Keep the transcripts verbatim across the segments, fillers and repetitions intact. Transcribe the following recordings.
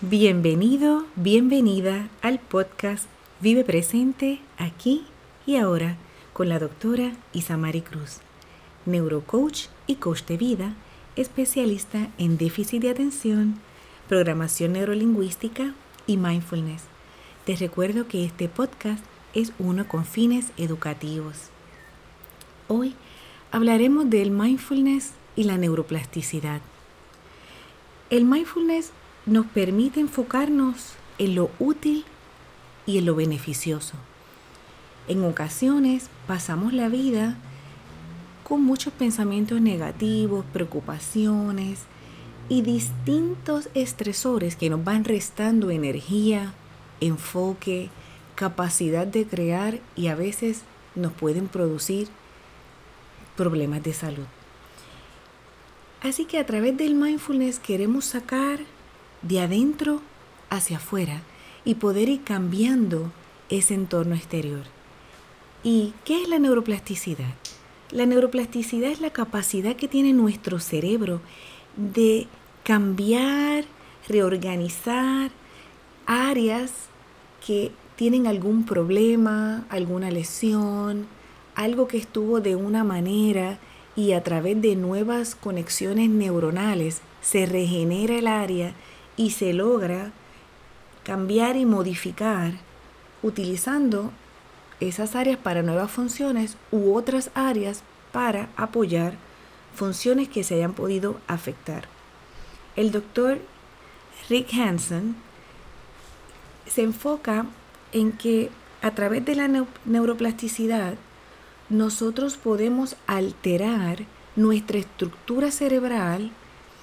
Bienvenido, bienvenida al podcast Vive Presente aquí y ahora con la doctora Isamari Cruz, neurocoach y coach de vida, especialista en déficit de atención, programación neurolingüística y mindfulness. Te recuerdo que este podcast es uno con fines educativos. Hoy hablaremos del mindfulness y la neuroplasticidad. El mindfulness nos permite enfocarnos en lo útil y en lo beneficioso. En ocasiones pasamos la vida con muchos pensamientos negativos, preocupaciones y distintos estresores que nos van restando energía, enfoque, capacidad de crear y a veces nos pueden producir problemas de salud. Así que a través del mindfulness queremos sacar de adentro hacia afuera y poder ir cambiando ese entorno exterior. ¿Y qué es la neuroplasticidad? La neuroplasticidad es la capacidad que tiene nuestro cerebro de cambiar, reorganizar áreas que tienen algún problema, alguna lesión, algo que estuvo de una manera y a través de nuevas conexiones neuronales se regenera el área y se logra cambiar y modificar utilizando esas áreas para nuevas funciones u otras áreas para apoyar funciones que se hayan podido afectar. El doctor Rick Hanson se enfoca en que a través de la neu- neuroplasticidad nosotros podemos alterar nuestra estructura cerebral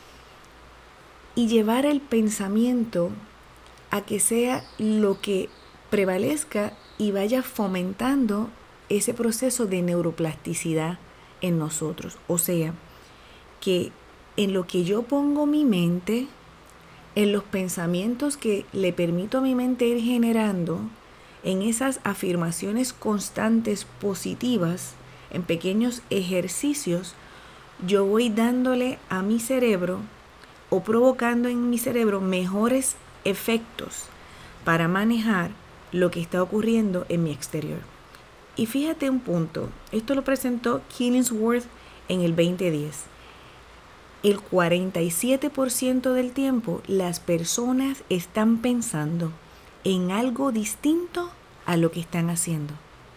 y llevar el pensamiento a que sea lo que prevalezca y vaya fomentando ese proceso de neuroplasticidad en nosotros. O sea, que en lo que yo pongo mi mente, en los pensamientos que le permito a mi mente ir generando, en esas afirmaciones constantes positivas, en pequeños ejercicios, yo voy dándole a mi cerebro o provocando en mi cerebro mejores efectos para manejar lo que está ocurriendo en mi exterior. Y fíjate un punto, esto lo presentó Killingsworth en el veinte diez. El cuarenta y siete por ciento del tiempo las personas están pensando en algo distinto a lo que están haciendo.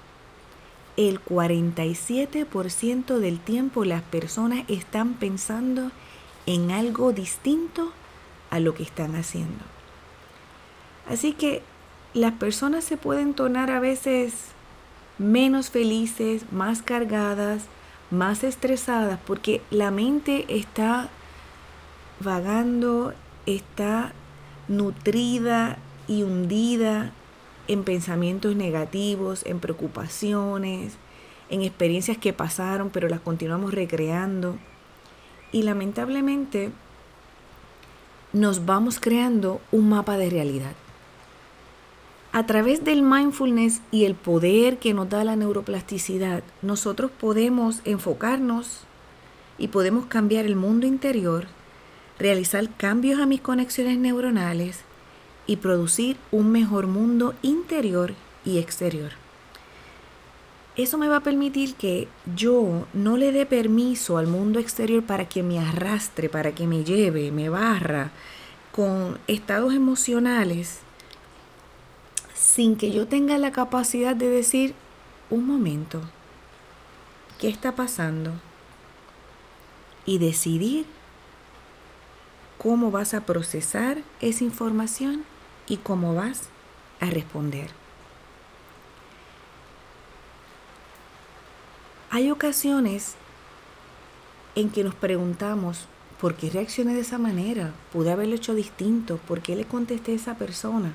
El cuarenta y siete por ciento del tiempo las personas están pensando en algo distinto a lo que están haciendo. Así que las personas se pueden tornar a veces menos felices, más cargadas, más estresadas, porque la mente está vagando, está nutrida y hundida en pensamientos negativos, en preocupaciones, en experiencias que pasaron, pero las continuamos recreando. Y lamentablemente nos vamos creando un mapa de realidad. A través del mindfulness y el poder que nos da la neuroplasticidad, nosotros podemos enfocarnos y podemos cambiar el mundo interior, realizar cambios a mis conexiones neuronales y producir un mejor mundo interior y exterior. Eso me va a permitir que yo no le dé permiso al mundo exterior para que me arrastre, para que me lleve, me barra con estados emocionales sin que yo tenga la capacidad de decir, un momento, ¿qué está pasando? Y decidir cómo vas a procesar esa información y cómo vas a responder. Hay ocasiones en que nos preguntamos, ¿por qué reaccioné de esa manera? ¿Pude haberlo hecho distinto? ¿Por qué le contesté a esa persona?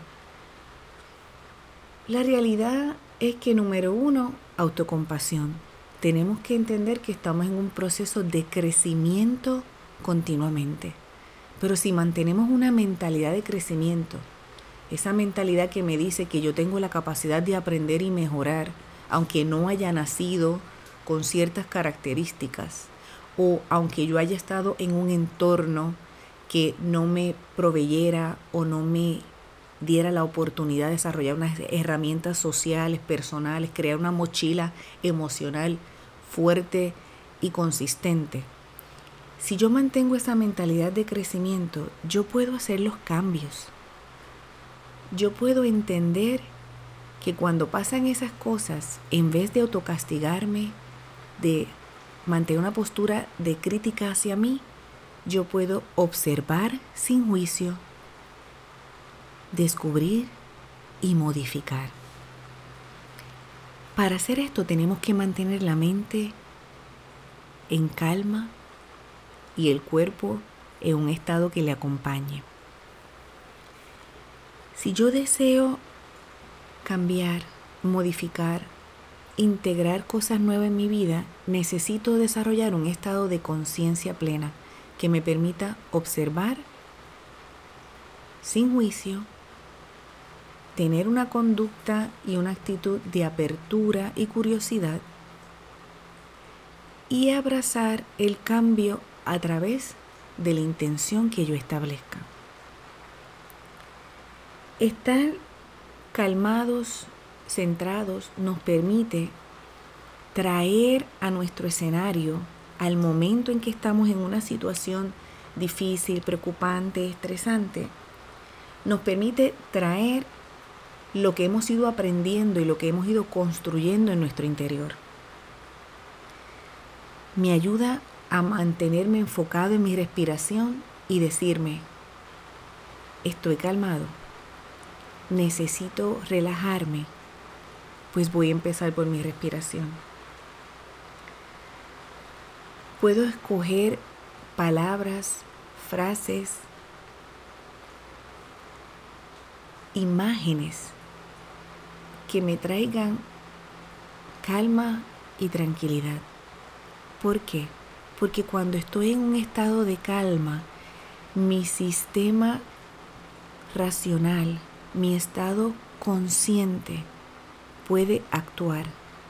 La realidad es que, número uno, autocompasión. Tenemos que entender que estamos en un proceso de crecimiento continuamente. Pero si mantenemos una mentalidad de crecimiento, esa mentalidad que me dice que yo tengo la capacidad de aprender y mejorar, aunque no haya nacido con ciertas características, o aunque yo haya estado en un entorno que no me proveyera o no me diera la oportunidad de desarrollar unas herramientas sociales, personales, crear una mochila emocional fuerte y consistente. Si yo mantengo esa mentalidad de crecimiento, yo puedo hacer los cambios. Yo puedo entender que cuando pasan esas cosas, en vez de autocastigarme, de mantener una postura de crítica hacia mí, yo puedo observar sin juicio, descubrir y modificar. Para hacer esto tenemos que mantener la mente en calma y el cuerpo en un estado que le acompañe. Si yo deseo cambiar, modificar, integrar cosas nuevas en mi vida, necesito desarrollar un estado de conciencia plena que me permita observar sin juicio, tener una conducta y una actitud de apertura y curiosidad y abrazar el cambio a través de la intención que yo establezca. Estar calmados, centrados, nos permite traer a nuestro escenario, al momento en que estamos en una situación difícil, preocupante, estresante, nos permite traer lo que hemos ido aprendiendo y lo que hemos ido construyendo en nuestro interior. Me ayuda a mantenerme enfocado en mi respiración y decirme, estoy calmado, necesito relajarme, pues voy a empezar por mi respiración. Puedo escoger palabras, frases, imágenes que me traigan calma y tranquilidad. ¿Por qué? Porque cuando estoy en un estado de calma, mi sistema racional, mi estado consciente puede actuar.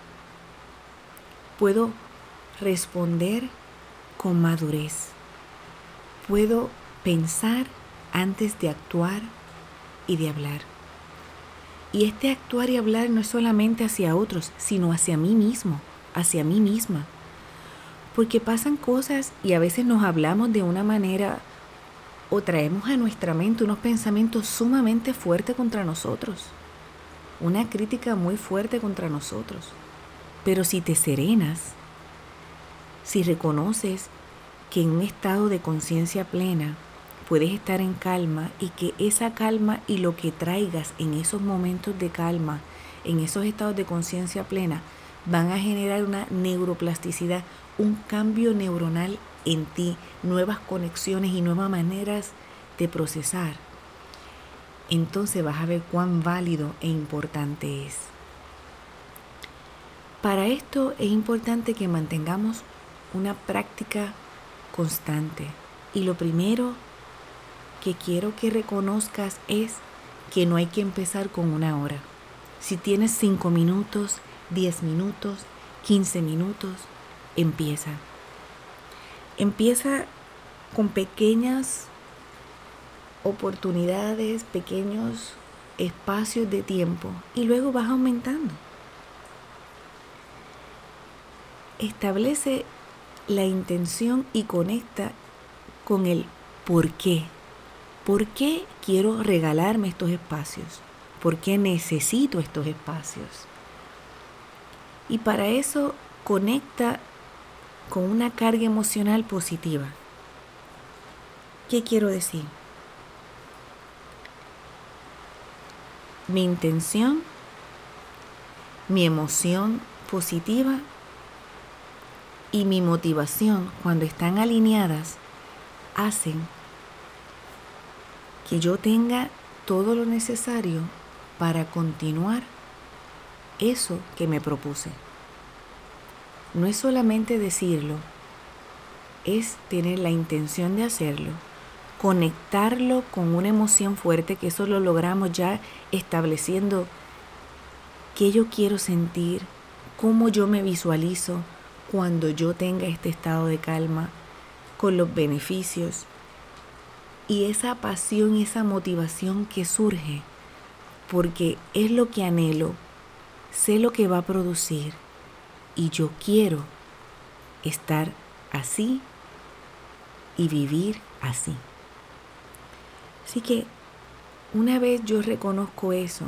Puedo responder con madurez. Puedo pensar antes de actuar y de hablar. Y este actuar y hablar no es solamente hacia otros, sino hacia mí mismo, hacia mí misma. Porque pasan cosas y a veces nos hablamos de una manera o traemos a nuestra mente unos pensamientos sumamente fuertes contra nosotros. Una crítica muy fuerte contra nosotros. Pero si te serenas, si reconoces que en un estado de conciencia plena puedes estar en calma y que esa calma y lo que traigas en esos momentos de calma, en esos estados de conciencia plena, van a generar una neuroplasticidad, un cambio neuronal en ti, nuevas conexiones y nuevas maneras de procesar. Entonces vas a ver cuán válido e importante es. Para esto es importante que mantengamos una práctica constante. Y lo primero que quiero que reconozcas es que no hay que empezar con una hora. Si tienes cinco minutos, diez minutos, quince minutos, empieza. Empieza con pequeñas oportunidades, pequeños espacios de tiempo y luego vas aumentando. Establece la intención y conecta con el por qué. ¿Por qué quiero regalarme estos espacios? ¿Por qué necesito estos espacios? Y para eso conecta con una carga emocional positiva. ¿Qué quiero decir? Mi intención, mi emoción positiva y mi motivación, cuando están alineadas, hacen que yo tenga todo lo necesario para continuar eso que me propuse. No es solamente decirlo, es tener la intención de hacerlo, conectarlo con una emoción fuerte, que eso lo logramos ya estableciendo qué yo quiero sentir, cómo yo me visualizo cuando yo tenga este estado de calma, con los beneficios. y esa pasión y esa motivación que surge porque es lo que anhelo, sé lo que va a producir y yo quiero estar así y vivir así. Así que una vez yo reconozco eso,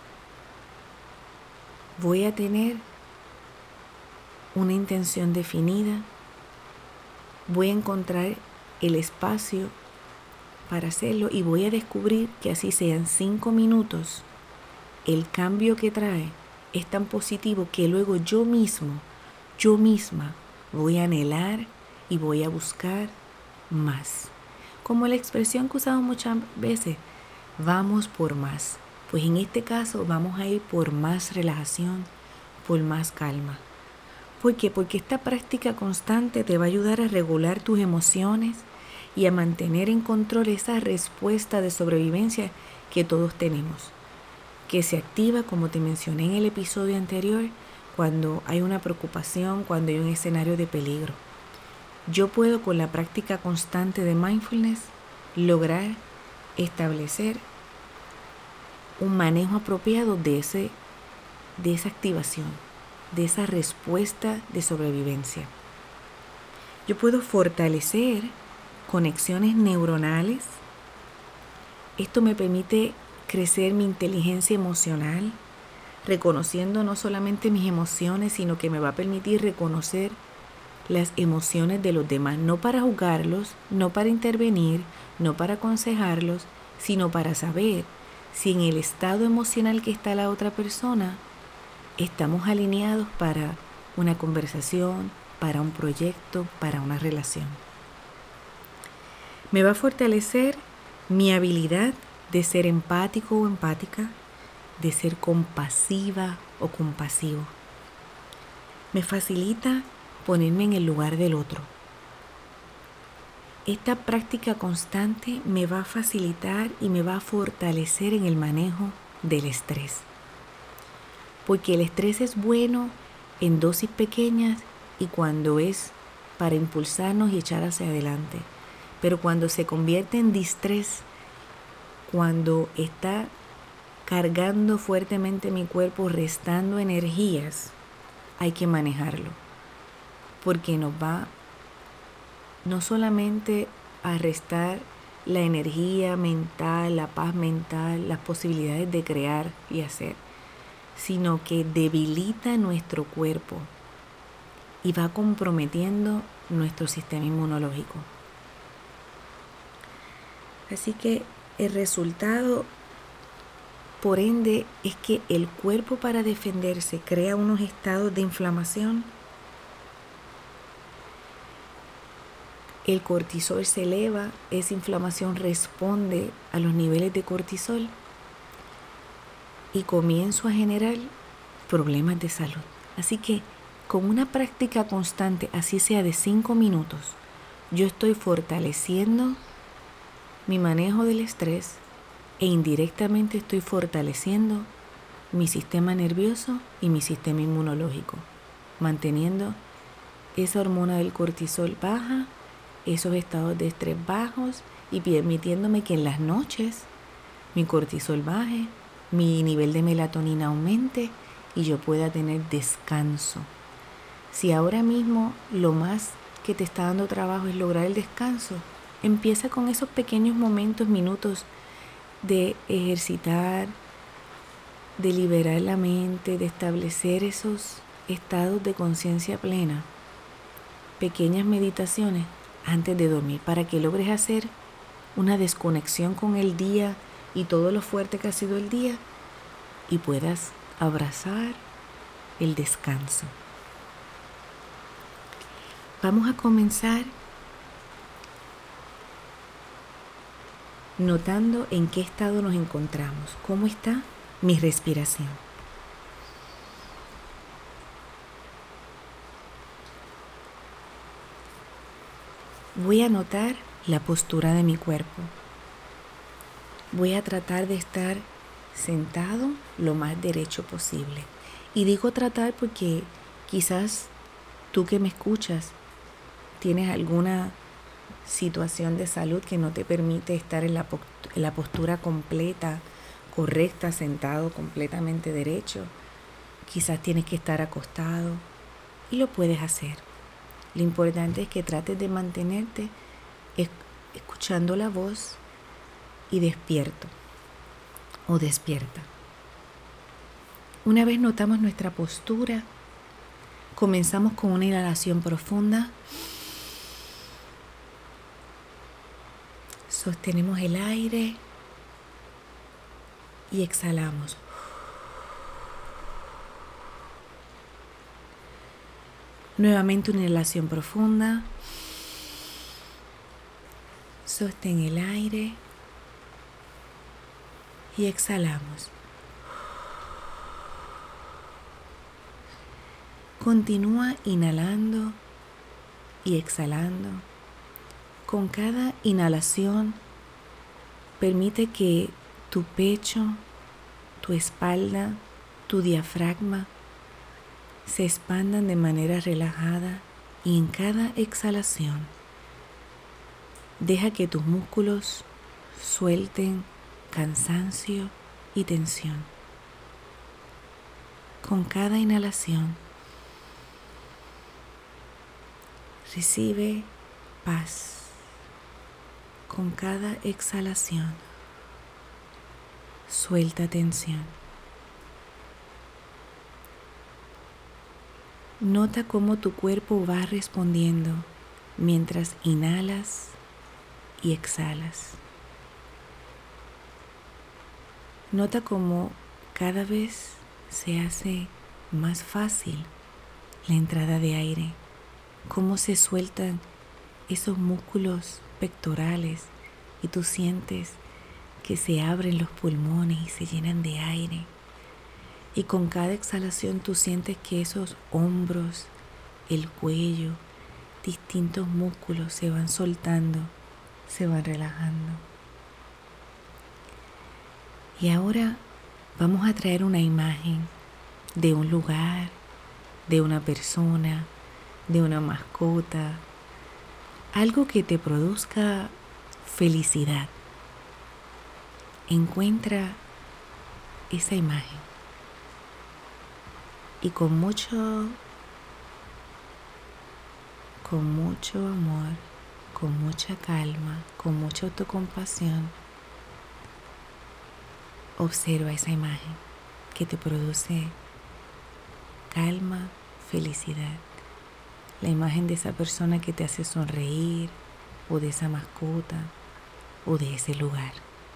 voy a tener una intención definida, voy a encontrar el espacio para hacerlo y voy a descubrir que así sean cinco minutos, el cambio que trae es tan positivo que luego yo mismo, yo misma voy a anhelar y voy a buscar más. Como la expresión que usamos muchas veces, vamos por más. Pues en este caso vamos a ir por más relajación, por más calma. ¿Por qué? Porque esta práctica constante te va a ayudar a regular tus emociones y a mantener en control esa respuesta de sobrevivencia que todos tenemos, que se activa, como te mencioné en el episodio anterior, cuando hay una preocupación, cuando hay un escenario de peligro. Yo puedo, con la práctica constante de mindfulness, lograr establecer un manejo apropiado de, ese, de esa activación, de esa respuesta de sobrevivencia. Yo puedo fortalecer conexiones neuronales. Esto me permite crecer mi inteligencia emocional, reconociendo no solamente mis emociones, sino que me va a permitir reconocer las emociones de los demás, no para juzgarlos, no para intervenir, no para aconsejarlos, sino para saber si en el estado emocional que está la otra persona estamos alineados para una conversación, para un proyecto, para una relación. Me va a fortalecer mi habilidad de ser empático o empática, de ser compasiva o compasivo. Me facilita ponerme en el lugar del otro. Esta práctica constante me va a facilitar y me va a fortalecer en el manejo del estrés. Porque el estrés es bueno en dosis pequeñas y cuando es para impulsarnos y echar hacia adelante. Pero cuando se convierte en distrés, cuando está cargando fuertemente mi cuerpo, restando energías, hay que manejarlo. Porque nos va no solamente a restar la energía mental, la paz mental, las posibilidades de crear y hacer, sino que debilita nuestro cuerpo y va comprometiendo nuestro sistema inmunológico. Así que el resultado, por ende, es que el cuerpo, para defenderse, crea unos estados de inflamación. El cortisol se eleva, esa inflamación responde a los niveles de cortisol y comienzo a generar problemas de salud. Así que con una práctica constante, así sea de cinco minutos, yo estoy fortaleciendo mi manejo del estrés e indirectamente estoy fortaleciendo mi sistema nervioso y mi sistema inmunológico, manteniendo esa hormona del cortisol baja, esos estados de estrés bajos y permitiéndome que en las noches mi cortisol baje, mi nivel de melatonina aumente y yo pueda tener descanso. Si ahora mismo lo más que te está dando trabajo es lograr el descanso, empieza con esos pequeños momentos, minutos de ejercitar, de liberar la mente, de establecer esos estados de conciencia plena. Pequeñas meditaciones antes de dormir para que logres hacer una desconexión con el día y todo lo fuerte que ha sido el día y puedas abrazar el descanso. Vamos a comenzar notando en qué estado nos encontramos, cómo está mi respiración. Voy a notar la postura de mi cuerpo. Voy a tratar de estar sentado lo más derecho posible. Y digo tratar porque quizás tú que me escuchas tienes alguna situación de salud que no te permite estar en la, po- en la postura completa, correcta, sentado completamente derecho. Quizás tienes que estar acostado y lo puedes hacer. Lo importante es que trates de mantenerte es- escuchando la voz y despierto o despierta. Una vez notamos nuestra postura, comenzamos con una inhalación profunda. Sostenemos el aire y exhalamos. Nuevamente una inhalación profunda. Sostén el aire y exhalamos. Continúa inhalando y exhalando. Con cada inhalación, permite que tu pecho, tu espalda, tu diafragma se expandan de manera relajada y en cada exhalación, deja que tus músculos suelten cansancio y tensión. Con cada inhalación, recibe paz. Con cada exhalación, suelta tensión. Nota cómo tu cuerpo va respondiendo mientras inhalas y exhalas. Nota cómo cada vez se hace más fácil la entrada de aire, cómo se sueltan esos músculos pectorales y tú sientes que se abren los pulmones y se llenan de aire. Y con cada exhalación tú sientes que esos hombros, el cuello, distintos músculos se van soltando, se van relajando. Y ahora vamos a traer una imagen de un lugar, de una persona, de una mascota, algo que te produzca felicidad. Encuentra esa imagen y con mucho, con mucho amor, con mucha calma, con mucha autocompasión, observa esa imagen que te produce calma, felicidad. La imagen de esa persona que te hace sonreír, o de esa mascota, o de ese lugar.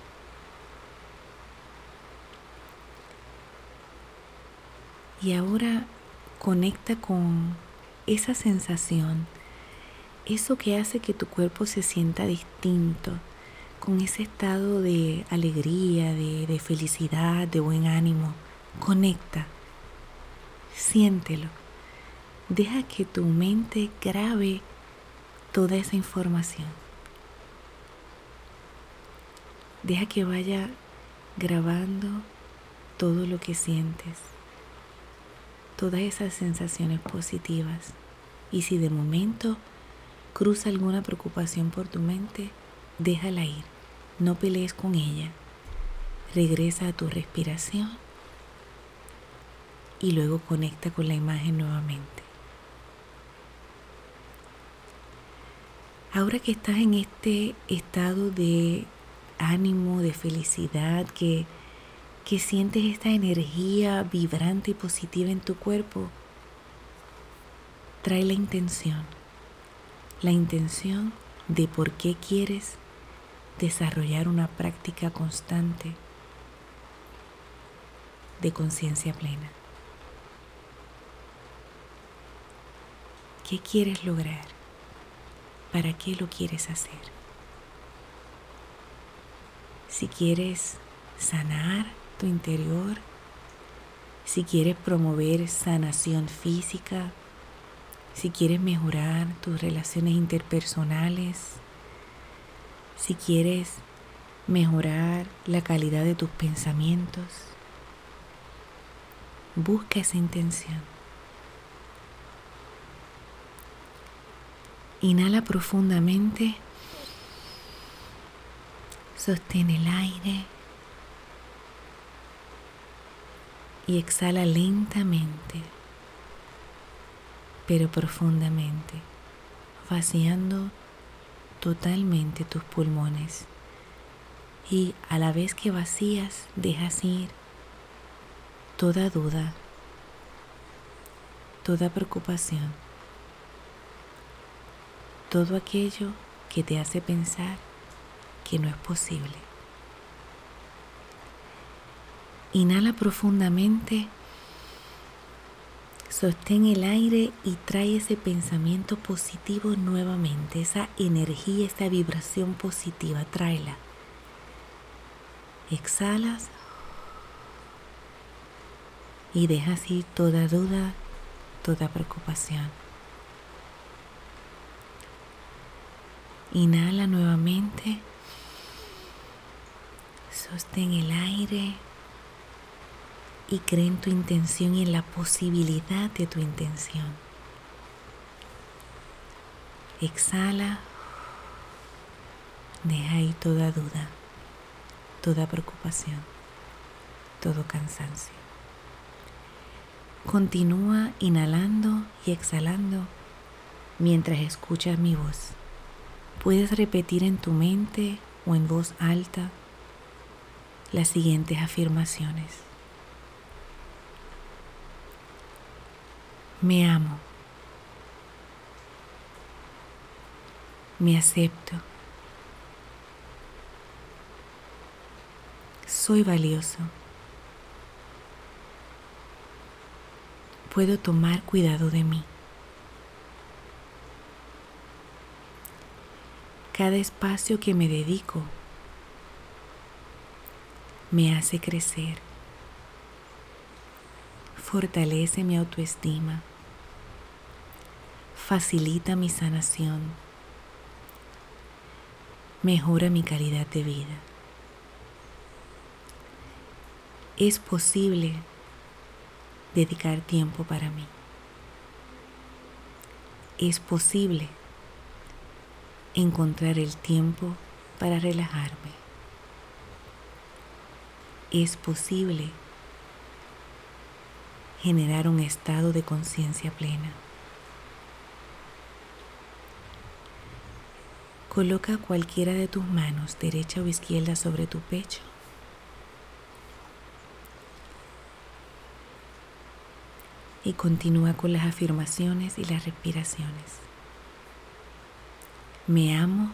Y ahora conecta con esa sensación, eso que hace que tu cuerpo se sienta distinto, con ese estado de alegría, de, de felicidad, de buen ánimo. Conecta, siéntelo. Deja que tu mente grabe toda esa información. Deja que vaya grabando todo lo que sientes, todas esas sensaciones positivas. Y si de momento cruza alguna preocupación por tu mente, déjala ir. No pelees con ella. Regresa a tu respiración y luego conecta con la imagen nuevamente. Ahora que estás en este estado de ánimo, de felicidad, que, que sientes esta energía vibrante y positiva en tu cuerpo, trae la intención, la intención de por qué quieres desarrollar una práctica constante de conciencia plena. ¿Qué quieres lograr? ¿Para qué lo quieres hacer? Si quieres sanar tu interior, si quieres promover sanación física, si quieres mejorar tus relaciones interpersonales, si quieres mejorar la calidad de tus pensamientos, busca esa intención. Inhala profundamente Sostén el aire y exhala lentamente, pero profundamente, vaciando totalmente tus pulmones. Y a la vez que vacías, dejas ir toda duda, toda preocupación, todo aquello que te hace pensar que no es posible. Inhala profundamente, sostén el aire y trae ese pensamiento positivo nuevamente, esa energía, esa vibración positiva, tráela. Exhalas y dejas ir toda duda, toda preocupación. Inhala nuevamente, sostén el aire y cree en tu intención y en la posibilidad de tu intención. Exhala, deja ir toda duda, toda preocupación, todo cansancio. Continúa inhalando y exhalando mientras escuchas mi voz. Puedes repetir en tu mente o en voz alta las siguientes afirmaciones. Me amo. Me acepto. Soy valioso. Puedo tomar cuidado de mí. Cada espacio que me dedico me hace crecer, fortalece mi autoestima, facilita mi sanación, mejora mi calidad de vida. Es posible dedicar tiempo para mí. Es posible encontrar el tiempo para relajarme. Es posible generar un estado de conciencia plena. Coloca cualquiera de tus manos, derecha o izquierda, sobre tu pecho. Y continúa con las afirmaciones y las respiraciones. Me amo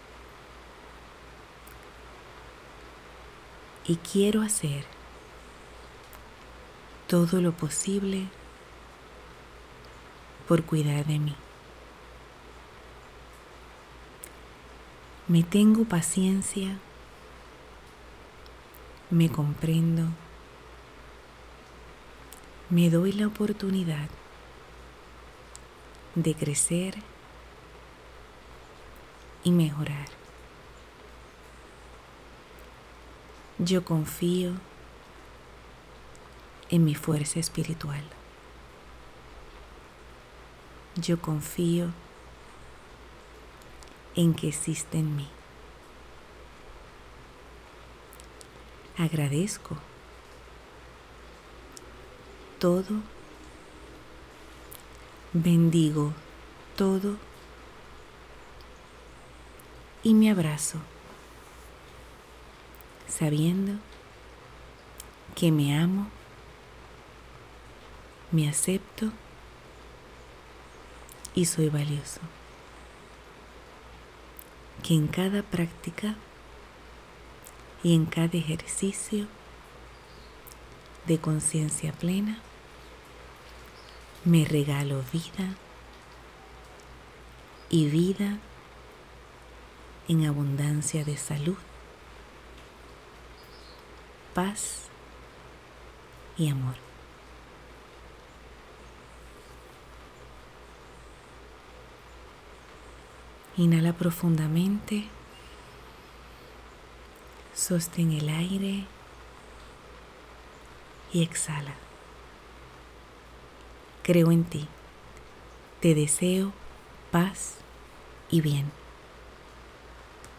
y quiero hacer todo lo posible por cuidar de mí. Me tengo paciencia, me comprendo, me doy la oportunidad de crecer y mejorar. Yo confío en mi fuerza espiritual. Yo confío en que existe en mí. Agradezco todo, bendigo todo y me abrazo, sabiendo que me amo, me acepto y soy valioso. Que en cada práctica y en cada ejercicio de conciencia plena me regalo vida y vida en abundancia de salud, paz y amor. Inhala profundamente, sostén el aire y exhala. Creo en ti. Te deseo paz y bien.